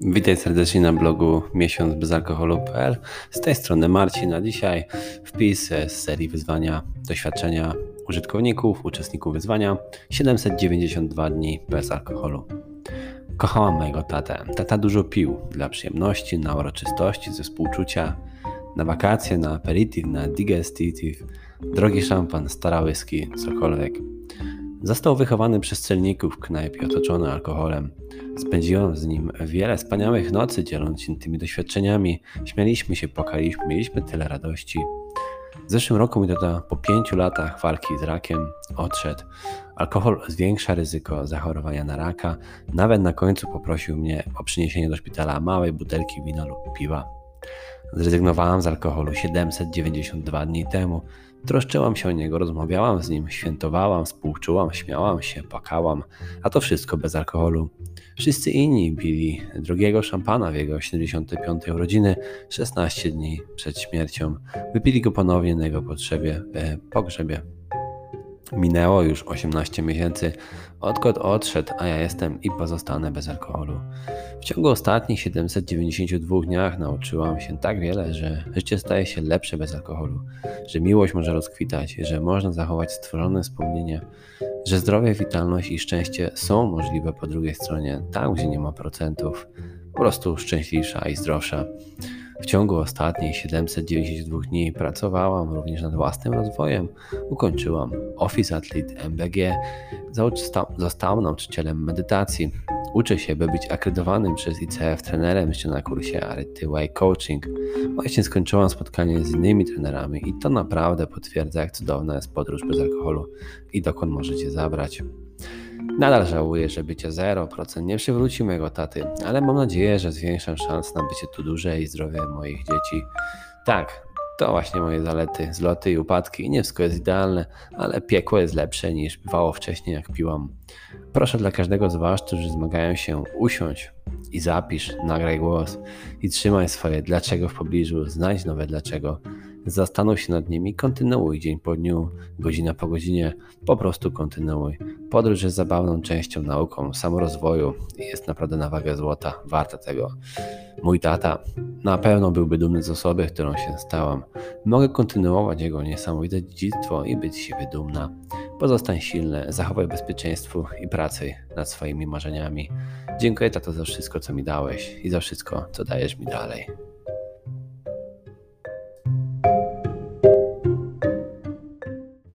Witaj serdecznie na blogu miesiącbezalkoholu.pl. Z tej strony Marcin, a dzisiaj wpis z serii wyzwania doświadczenia użytkowników, uczestników wyzwania 792 dni bez alkoholu. Kochałam mojego tatę. Tata dużo pił dla przyjemności, na uroczystości, ze współczucia, na wakacje, na aperitif, na digestif, drogi szampan, stara whisky, cokolwiek. Został wychowany przez celników w knajpie, otoczony alkoholem. Spędziłem z nim wiele wspaniałych nocy, dzieląc się tymi doświadczeniami. Śmialiśmy się, płakaliśmy, mieliśmy tyle radości. W zeszłym roku mój tata po 5 latach walki z rakiem odszedł. Alkohol zwiększa ryzyko zachorowania na raka. Nawet na końcu poprosił mnie o przyniesienie do szpitala małej butelki wina lub piwa. Zrezygnowałam z alkoholu 792 dni temu. Troszczyłam się o niego, rozmawiałam z nim, świętowałam, współczułam, śmiałam się, płakałam, a to wszystko bez alkoholu. Wszyscy inni pili drogiego szampana w jego 75. urodziny 16 dni przed śmiercią. Wypili go ponownie na jego pogrzebie. Minęło już 18 miesięcy, odkąd odszedł, a ja jestem i pozostanę bez alkoholu. W ciągu ostatnich 792 dniach nauczyłam się tak wiele, że życie staje się lepsze bez alkoholu, że miłość może rozkwitać, że można zachować stworzone wspomnienia, że zdrowie, witalność i szczęście są możliwe po drugiej stronie, tam gdzie nie ma procentów, po prostu szczęśliwsza i zdrowsza. W ciągu ostatnich 792 dni pracowałam również nad własnym rozwojem. Ukończyłam Office Athlete MBG, zostałam nauczycielem medytacji. Uczę się, by być akredytowanym przez ICF trenerem jeszcze na kursie Arety Way Coaching. Właśnie skończyłam spotkanie z innymi trenerami i to naprawdę potwierdza, jak cudowna jest podróż bez alkoholu i dokąd możecie zabrać. Nadal żałuję, że bycie 0% nie przywróci mojego taty, ale mam nadzieję, że zwiększam szanse na bycie tu dłużej i zdrowie moich dzieci. Tak, to właśnie moje zalety, zloty i upadki. Nie wszystko jest idealne, ale piekło jest lepsze niż bywało wcześniej, jak piłam. Proszę dla każdego z Was, którzy zmagają się, usiądź i zapisz, nagraj głos i trzymaj swoje dlaczego w pobliżu, znajdź nowe dlaczego. Zastanów się nad nimi, kontynuuj dzień po dniu, godzina po godzinie, po prostu kontynuuj. Podróż jest zabawną częścią nauką, samorozwoju i jest naprawdę na wagę złota, warta tego. Mój tata na pewno byłby dumny z osoby, którą się stałam. Mogę kontynuować jego niesamowite dziedzictwo i być z siebie dumna. Pozostań silny, zachowaj bezpieczeństwo i pracuj nad swoimi marzeniami. Dziękuję, tato, za wszystko, co mi dałeś i za wszystko, co dajesz mi dalej.